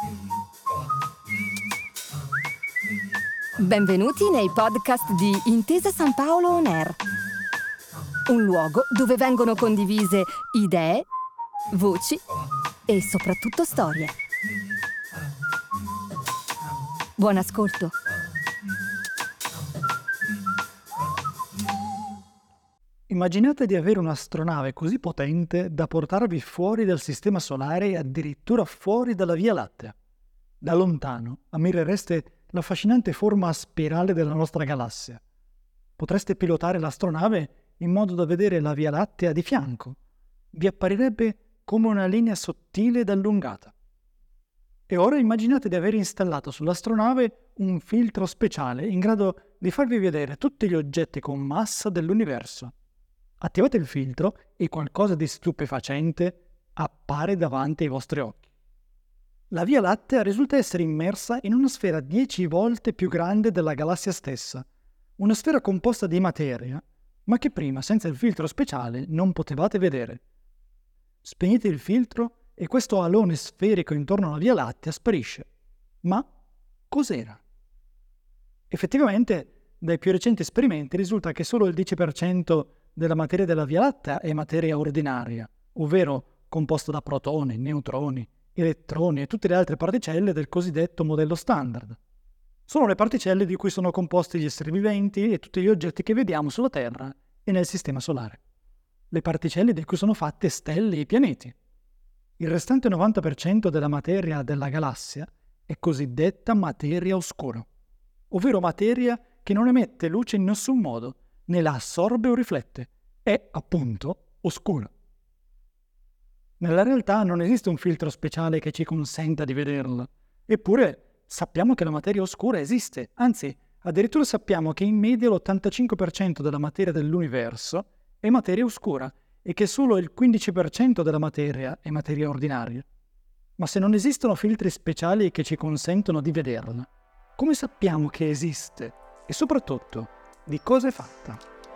Benvenuti nei podcast di Intesa San Paolo On Air, un luogo dove vengono condivise idee, voci e soprattutto storie. Buon ascolto. Immaginate di avere un'astronave così potente da portarvi fuori dal Sistema Solare e addirittura fuori dalla Via Lattea. Da lontano ammirereste l'affascinante forma a spirale della nostra galassia. Potreste pilotare l'astronave in modo da vedere la Via Lattea di fianco. Vi apparirebbe come una linea sottile ed allungata. E ora immaginate di aver installato sull'astronave un filtro speciale in grado di farvi vedere tutti gli oggetti con massa dell'universo. Attivate il filtro e qualcosa di stupefacente appare davanti ai vostri occhi. La Via Lattea risulta essere immersa in una sfera 10 volte più grande della galassia stessa, una sfera composta di materia, ma che prima, senza il filtro speciale, non potevate vedere. Spegnete il filtro e questo alone sferico intorno alla Via Lattea sparisce. Ma cos'era? Effettivamente, dai più recenti esperimenti risulta che solo il 10% della materia della Via Lattea è materia ordinaria, ovvero composta da protoni, neutroni, elettroni e tutte le altre particelle del cosiddetto modello standard. Sono le particelle di cui sono composti gli esseri viventi e tutti gli oggetti che vediamo sulla Terra e nel Sistema Solare. Le particelle di cui sono fatte stelle e pianeti. Il restante 90% della materia della galassia è cosiddetta materia oscura, ovvero materia che non emette luce in nessun modo, né la assorbe o riflette. È, appunto, oscura. Nella realtà non esiste un filtro speciale che ci consenta di vederla. Eppure sappiamo che la materia oscura esiste, anzi, addirittura sappiamo che in media l'85% della materia dell'universo è materia oscura e che solo il 15% della materia è materia ordinaria. Ma se non esistono filtri speciali che ci consentono di vederla, come sappiamo che esiste? E soprattutto, di cosa è fatta?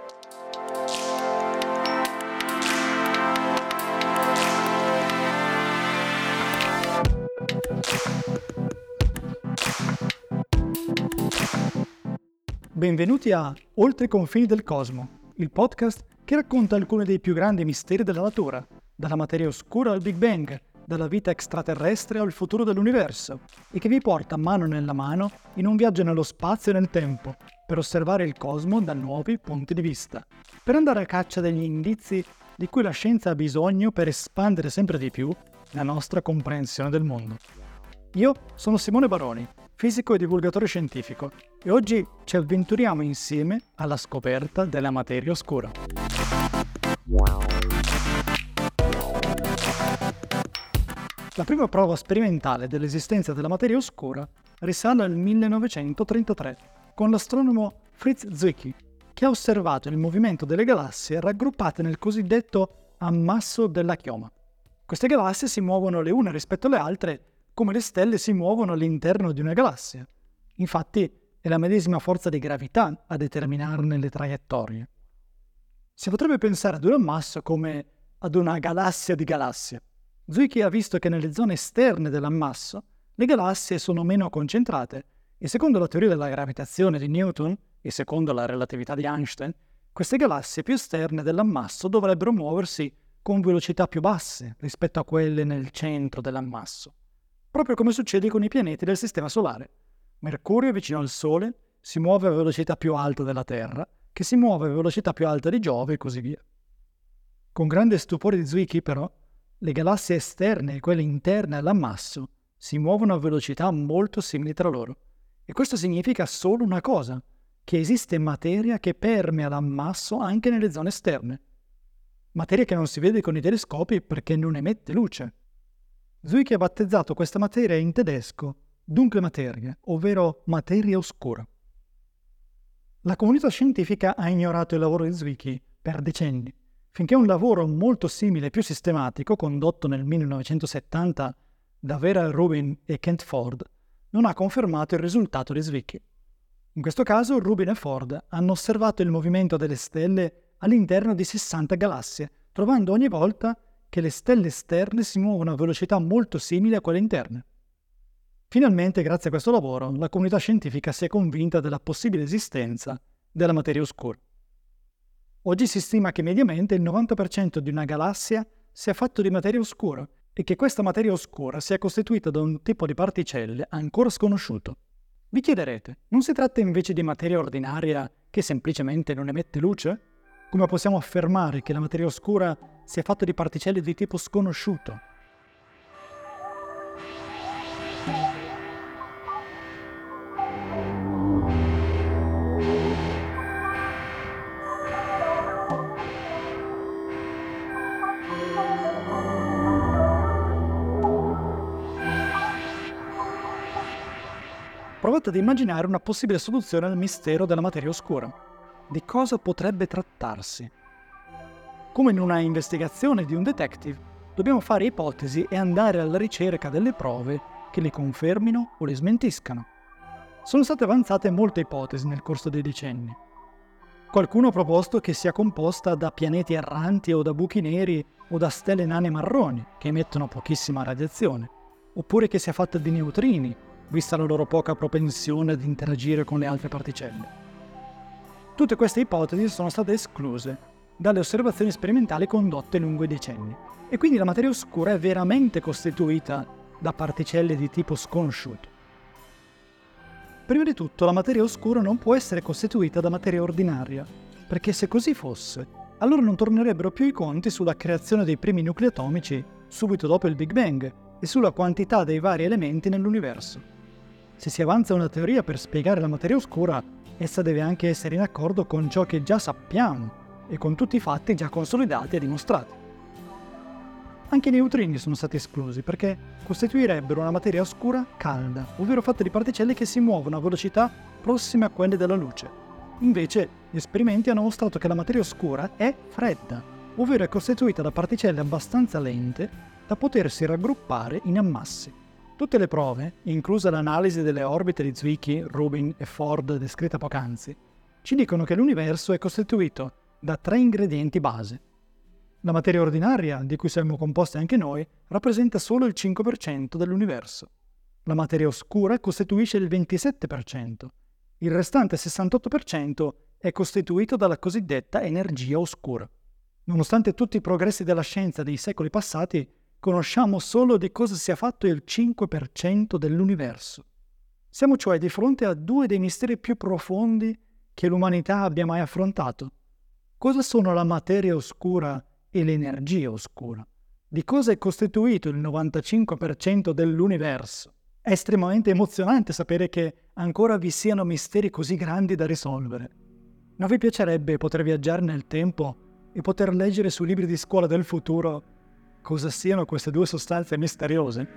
Benvenuti a Oltre i confini del cosmo, il podcast che racconta alcuni dei più grandi misteri della natura, dalla materia oscura al Big Bang, dalla vita extraterrestre al futuro dell'universo, e che vi porta mano nella mano in un viaggio nello spazio e nel tempo, per osservare il cosmo da nuovi punti di vista, per andare a caccia degli indizi di cui la scienza ha bisogno per espandere sempre di più la nostra comprensione del mondo. Io sono Simone Baroni, fisico e divulgatore scientifico, e oggi ci avventuriamo insieme alla scoperta della materia oscura. La prima prova sperimentale dell'esistenza della materia oscura risale al 1933 con l'astronomo Fritz Zwicky, che ha osservato il movimento delle galassie raggruppate nel cosiddetto ammasso della chioma. Queste galassie si muovono le une rispetto alle altre come le stelle si muovono all'interno di una galassia. Infatti è la medesima forza di gravità a determinarne le traiettorie. Si potrebbe pensare ad un ammasso come ad una galassia di galassie. Zwicky ha visto che nelle zone esterne dell'ammasso le galassie sono meno concentrate e secondo la teoria della gravitazione di Newton e secondo la relatività di Einstein, queste galassie più esterne dell'ammasso dovrebbero muoversi con velocità più basse rispetto a quelle nel centro dell'ammasso, proprio come succede con i pianeti del Sistema Solare. Mercurio, vicino al Sole, si muove a velocità più alta della Terra, che si muove a velocità più alta di Giove e così via. Con grande stupore di Zwicky, però, le galassie esterne e quelle interne all'ammasso si muovono a velocità molto simili tra loro. E questo significa solo una cosa, che esiste materia che permea l'ammasso anche nelle zone esterne. Materia che non si vede con i telescopi perché non emette luce. Zwicky ha battezzato questa materia in tedesco dunkle Materie, ovvero materia oscura. La comunità scientifica ha ignorato il lavoro di Zwicky per decenni, finché un lavoro molto simile e più sistematico, condotto nel 1970 da Vera Rubin e Kent Ford, non ha confermato il risultato di Zwicky. In questo caso Rubin e Ford hanno osservato il movimento delle stelle all'interno di 60 galassie, trovando ogni volta che le stelle esterne si muovono a velocità molto simili a quelle interne. Finalmente, grazie a questo lavoro, la comunità scientifica si è convinta della possibile esistenza della materia oscura. Oggi si stima che mediamente il 90% di una galassia sia fatto di materia oscura e che questa materia oscura sia costituita da un tipo di particelle ancora sconosciuto. Vi chiederete, non si tratta invece di materia ordinaria che semplicemente non emette luce? Come possiamo affermare che la materia oscura sia fatta di particelle di tipo sconosciuto? Provate ad immaginare una possibile soluzione al mistero della materia oscura. Di cosa potrebbe trattarsi? Come in una investigazione di un detective, dobbiamo fare ipotesi e andare alla ricerca delle prove che le confermino o le smentiscano. Sono state avanzate molte ipotesi nel corso dei decenni. Qualcuno ha proposto che sia composta da pianeti erranti o da buchi neri o da stelle nane marroni che emettono pochissima radiazione, oppure che sia fatta di neutrini, vista la loro poca propensione ad interagire con le altre particelle. Tutte queste ipotesi sono state escluse dalle osservazioni sperimentali condotte lungo i decenni, e quindi la materia oscura è veramente costituita da particelle di tipo sconosciuto. Prima di tutto, la materia oscura non può essere costituita da materia ordinaria, perché se così fosse, allora non tornerebbero più i conti sulla creazione dei primi nuclei atomici subito dopo il Big Bang e sulla quantità dei vari elementi nell'universo. Se si avanza una teoria per spiegare la materia oscura, essa deve anche essere in accordo con ciò che già sappiamo e con tutti i fatti già consolidati e dimostrati. Anche i neutrini sono stati esclusi perché costituirebbero una materia oscura calda, ovvero fatta di particelle che si muovono a velocità prossime a quelle della luce. Invece, gli esperimenti hanno mostrato che la materia oscura è fredda, ovvero è costituita da particelle abbastanza lente da potersi raggruppare in ammassi. Tutte le prove, inclusa l'analisi delle orbite di Zwicky, Rubin e Ford descritta poc'anzi, ci dicono che l'universo è costituito da 3 ingredienti base. La materia ordinaria, di cui siamo composti anche noi, rappresenta solo il 5% dell'universo. La materia oscura costituisce il 27%. Il restante 68% è costituito dalla cosiddetta energia oscura. Nonostante tutti i progressi della scienza dei secoli passati, conosciamo solo di cosa sia fatto il 5% dell'universo. Siamo cioè di fronte a 2 dei misteri più profondi che l'umanità abbia mai affrontato. Cosa sono la materia oscura e l'energia oscura? Di cosa è costituito il 95% dell'universo? È estremamente emozionante sapere che ancora vi siano misteri così grandi da risolvere. Non vi piacerebbe poter viaggiare nel tempo e poter leggere sui libri di scuola del futuro cosa siano queste 2 sostanze misteriose?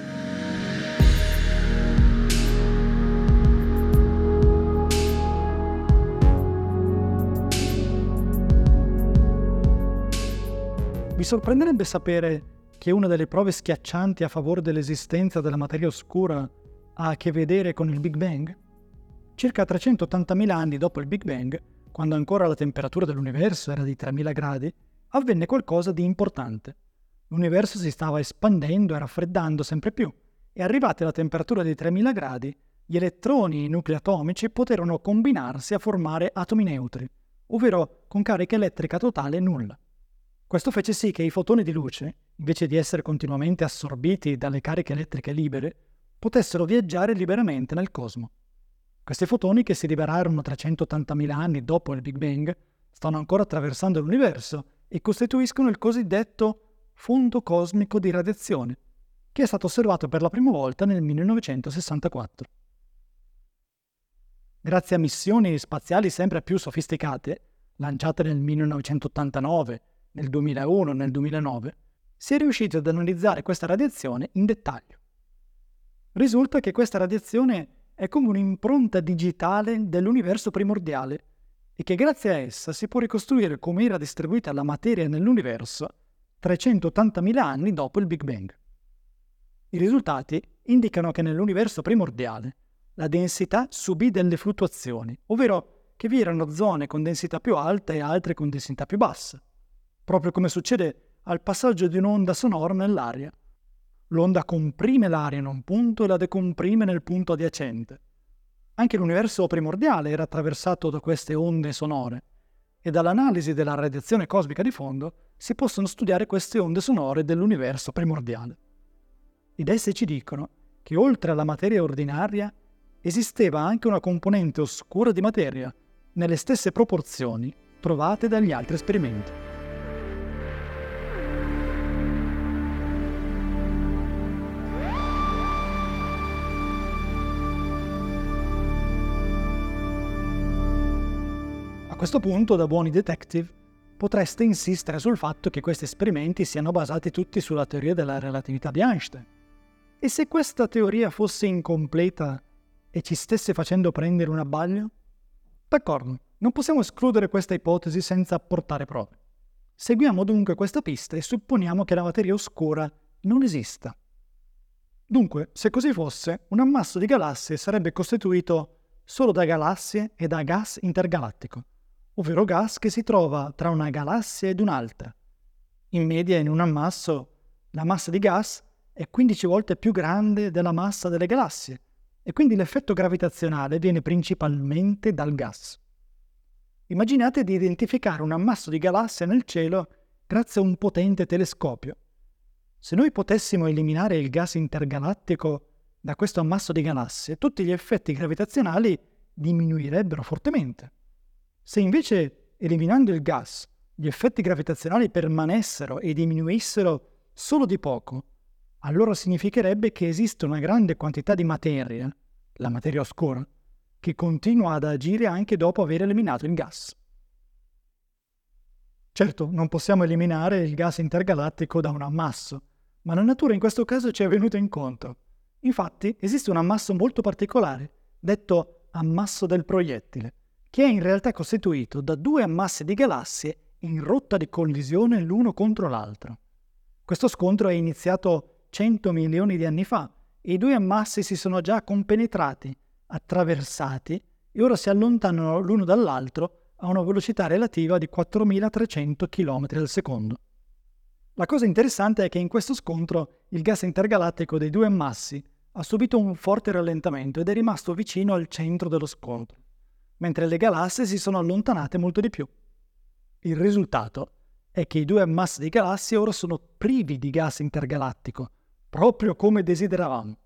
Vi sorprenderebbe sapere che una delle prove schiaccianti a favore dell'esistenza della materia oscura ha a che vedere con il Big Bang? Circa 380.000 anni dopo il Big Bang, quando ancora la temperatura dell'universo era di 3.000 gradi, avvenne qualcosa di importante. L'universo si stava espandendo e raffreddando sempre più, e arrivati alla temperatura di 3.000 gradi, gli elettroni e i nuclei atomici poterono combinarsi a formare atomi neutri, ovvero con carica elettrica totale nulla. Questo fece sì che i fotoni di luce, invece di essere continuamente assorbiti dalle cariche elettriche libere, potessero viaggiare liberamente nel cosmo. Questi fotoni, che si liberarono 380.000 anni dopo il Big Bang, stanno ancora attraversando l'universo e costituiscono il cosiddetto fondo cosmico di radiazione, che è stato osservato per la prima volta nel 1964. Grazie a missioni spaziali sempre più sofisticate, lanciate nel 1989, nel 2001 e nel 2009, si è riusciti ad analizzare questa radiazione in dettaglio. Risulta che questa radiazione è come un'impronta digitale dell'universo primordiale e che grazie a essa si può ricostruire come era distribuita la materia nell'universo 380.000 anni dopo il Big Bang. I risultati indicano che nell'universo primordiale la densità subì delle fluttuazioni, ovvero che vi erano zone con densità più alta e altre con densità più bassa, proprio come succede al passaggio di un'onda sonora nell'aria. L'onda comprime l'aria in un punto e la decomprime nel punto adiacente. Anche l'universo primordiale era attraversato da queste onde sonore, e dall'analisi della radiazione cosmica di fondo si possono studiare queste onde sonore dell'universo primordiale. Ed esse ci dicono che oltre alla materia ordinaria esisteva anche una componente oscura di materia, nelle stesse proporzioni trovate dagli altri esperimenti. A questo punto, da buoni detective, potreste insistere sul fatto che questi esperimenti siano basati tutti sulla teoria della relatività di Einstein. E se questa teoria fosse incompleta e ci stesse facendo prendere un abbaglio? D'accordo, non possiamo escludere questa ipotesi senza apportare prove. Seguiamo dunque questa pista e supponiamo che la materia oscura non esista. Dunque, se così fosse, un ammasso di galassie sarebbe costituito solo da galassie e da gas intergalattico, ovvero gas che si trova tra una galassia ed un'altra. In media, in un ammasso, la massa di gas è 15 volte più grande della massa delle galassie, e quindi l'effetto gravitazionale viene principalmente dal gas. Immaginate di identificare un ammasso di galassie nel cielo grazie a un potente telescopio. Se noi potessimo eliminare il gas intergalattico da questo ammasso di galassie, tutti gli effetti gravitazionali diminuirebbero fortemente. Se invece, eliminando il gas, gli effetti gravitazionali permanessero e diminuissero solo di poco, allora significherebbe che esiste una grande quantità di materia, la materia oscura, che continua ad agire anche dopo aver eliminato il gas. Certo, non possiamo eliminare il gas intergalattico da un ammasso, ma la natura in questo caso ci è venuta incontro. Infatti, esiste un ammasso molto particolare, detto ammasso del proiettile, che è in realtà costituito da due ammassi di galassie in rotta di collisione l'uno contro l'altro. Questo scontro è iniziato 100 milioni di anni fa e i due ammassi si sono già compenetrati, attraversati e ora si allontanano l'uno dall'altro a una velocità relativa di 4.300 km al secondo. La cosa interessante è che in questo scontro il gas intergalattico dei due ammassi ha subito un forte rallentamento ed è rimasto vicino al centro dello scontro, mentre le galassie si sono allontanate molto di più. Il risultato è che i due ammassi di galassie ora sono privi di gas intergalattico, proprio come desideravamo.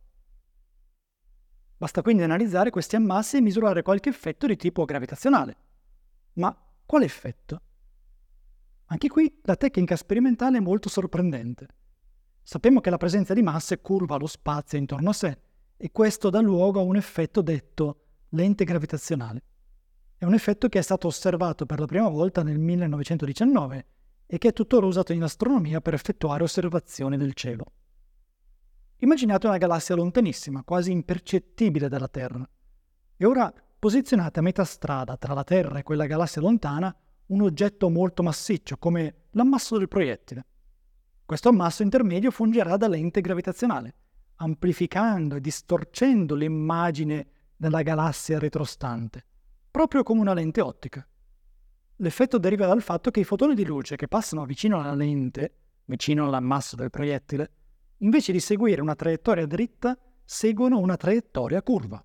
Basta quindi analizzare questi ammassi e misurare qualche effetto di tipo gravitazionale. Ma quale effetto? Anche qui la tecnica sperimentale è molto sorprendente. Sappiamo che la presenza di masse curva lo spazio intorno a sé e questo dà luogo a un effetto detto lente gravitazionale. È un effetto che è stato osservato per la prima volta nel 1919 e che è tuttora usato in astronomia per effettuare osservazioni del cielo. Immaginate una galassia lontanissima, quasi impercettibile dalla Terra. E ora posizionate a metà strada tra la Terra e quella galassia lontana un oggetto molto massiccio, come l'ammasso del proiettile. Questo ammasso intermedio fungerà da lente gravitazionale, amplificando e distorcendo l'immagine della galassia retrostante, proprio come una lente ottica. L'effetto deriva dal fatto che i fotoni di luce che passano vicino alla lente, vicino all'ammasso del proiettile, invece di seguire una traiettoria dritta, seguono una traiettoria curva.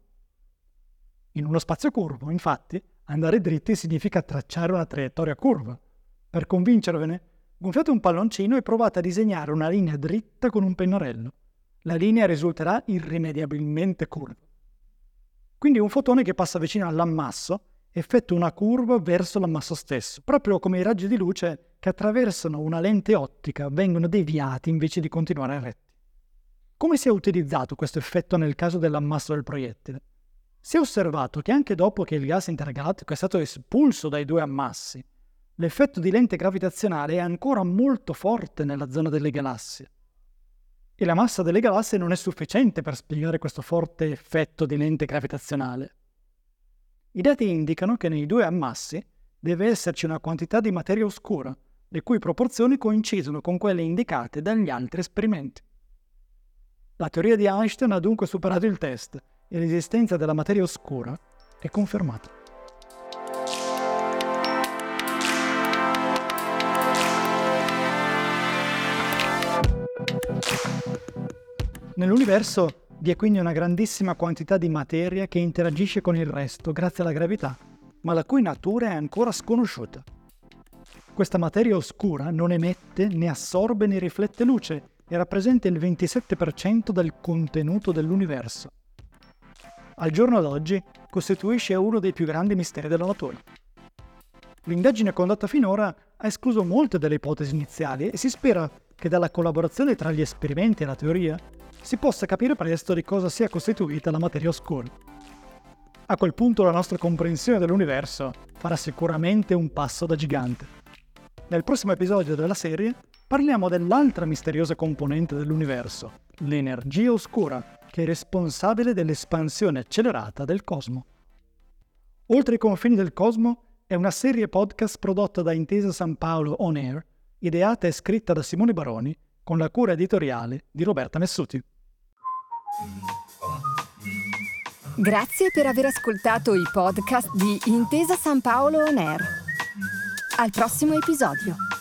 In uno spazio curvo, infatti, andare dritti significa tracciare una traiettoria curva. Per convincervene, gonfiate un palloncino e provate a disegnare una linea dritta con un pennarello. La linea risulterà irrimediabilmente curva. Quindi un fotone che passa vicino all'ammasso effettua una curva verso l'ammasso stesso, proprio come i raggi di luce che attraversano una lente ottica vengono deviati invece di continuare retti. Come si è utilizzato questo effetto nel caso dell'ammasso del proiettile? Si è osservato che anche dopo che il gas intergalattico è stato espulso dai due ammassi, l'effetto di lente gravitazionale è ancora molto forte nella zona delle galassie. E la massa delle galassie non è sufficiente per spiegare questo forte effetto di lente gravitazionale. I dati indicano che nei due ammassi deve esserci una quantità di materia oscura, le cui proporzioni coincidono con quelle indicate dagli altri esperimenti. La teoria di Einstein ha dunque superato il test e l'esistenza della materia oscura è confermata. Nell'universo vi è quindi una grandissima quantità di materia che interagisce con il resto grazie alla gravità, ma la cui natura è ancora sconosciuta. Questa materia oscura non emette, né assorbe, né riflette luce e rappresenta il 27% del contenuto dell'universo. Al giorno d'oggi costituisce uno dei più grandi misteri della natura. L'indagine condotta finora ha escluso molte delle ipotesi iniziali e si spera che dalla collaborazione tra gli esperimenti e la teoria si possa capire presto di cosa sia costituita la materia oscura. A quel punto la nostra comprensione dell'universo farà sicuramente un passo da gigante. Nel prossimo episodio della serie parliamo dell'altra misteriosa componente dell'universo, l'energia oscura, che è responsabile dell'espansione accelerata del cosmo. Oltre i confini del cosmo è una serie podcast prodotta da Intesa San Paolo On Air, ideata e scritta da Simone Baroni, con la cura editoriale di Roberta Messuti. Grazie per aver ascoltato i podcast di Intesa San Paolo On Air. Al prossimo episodio.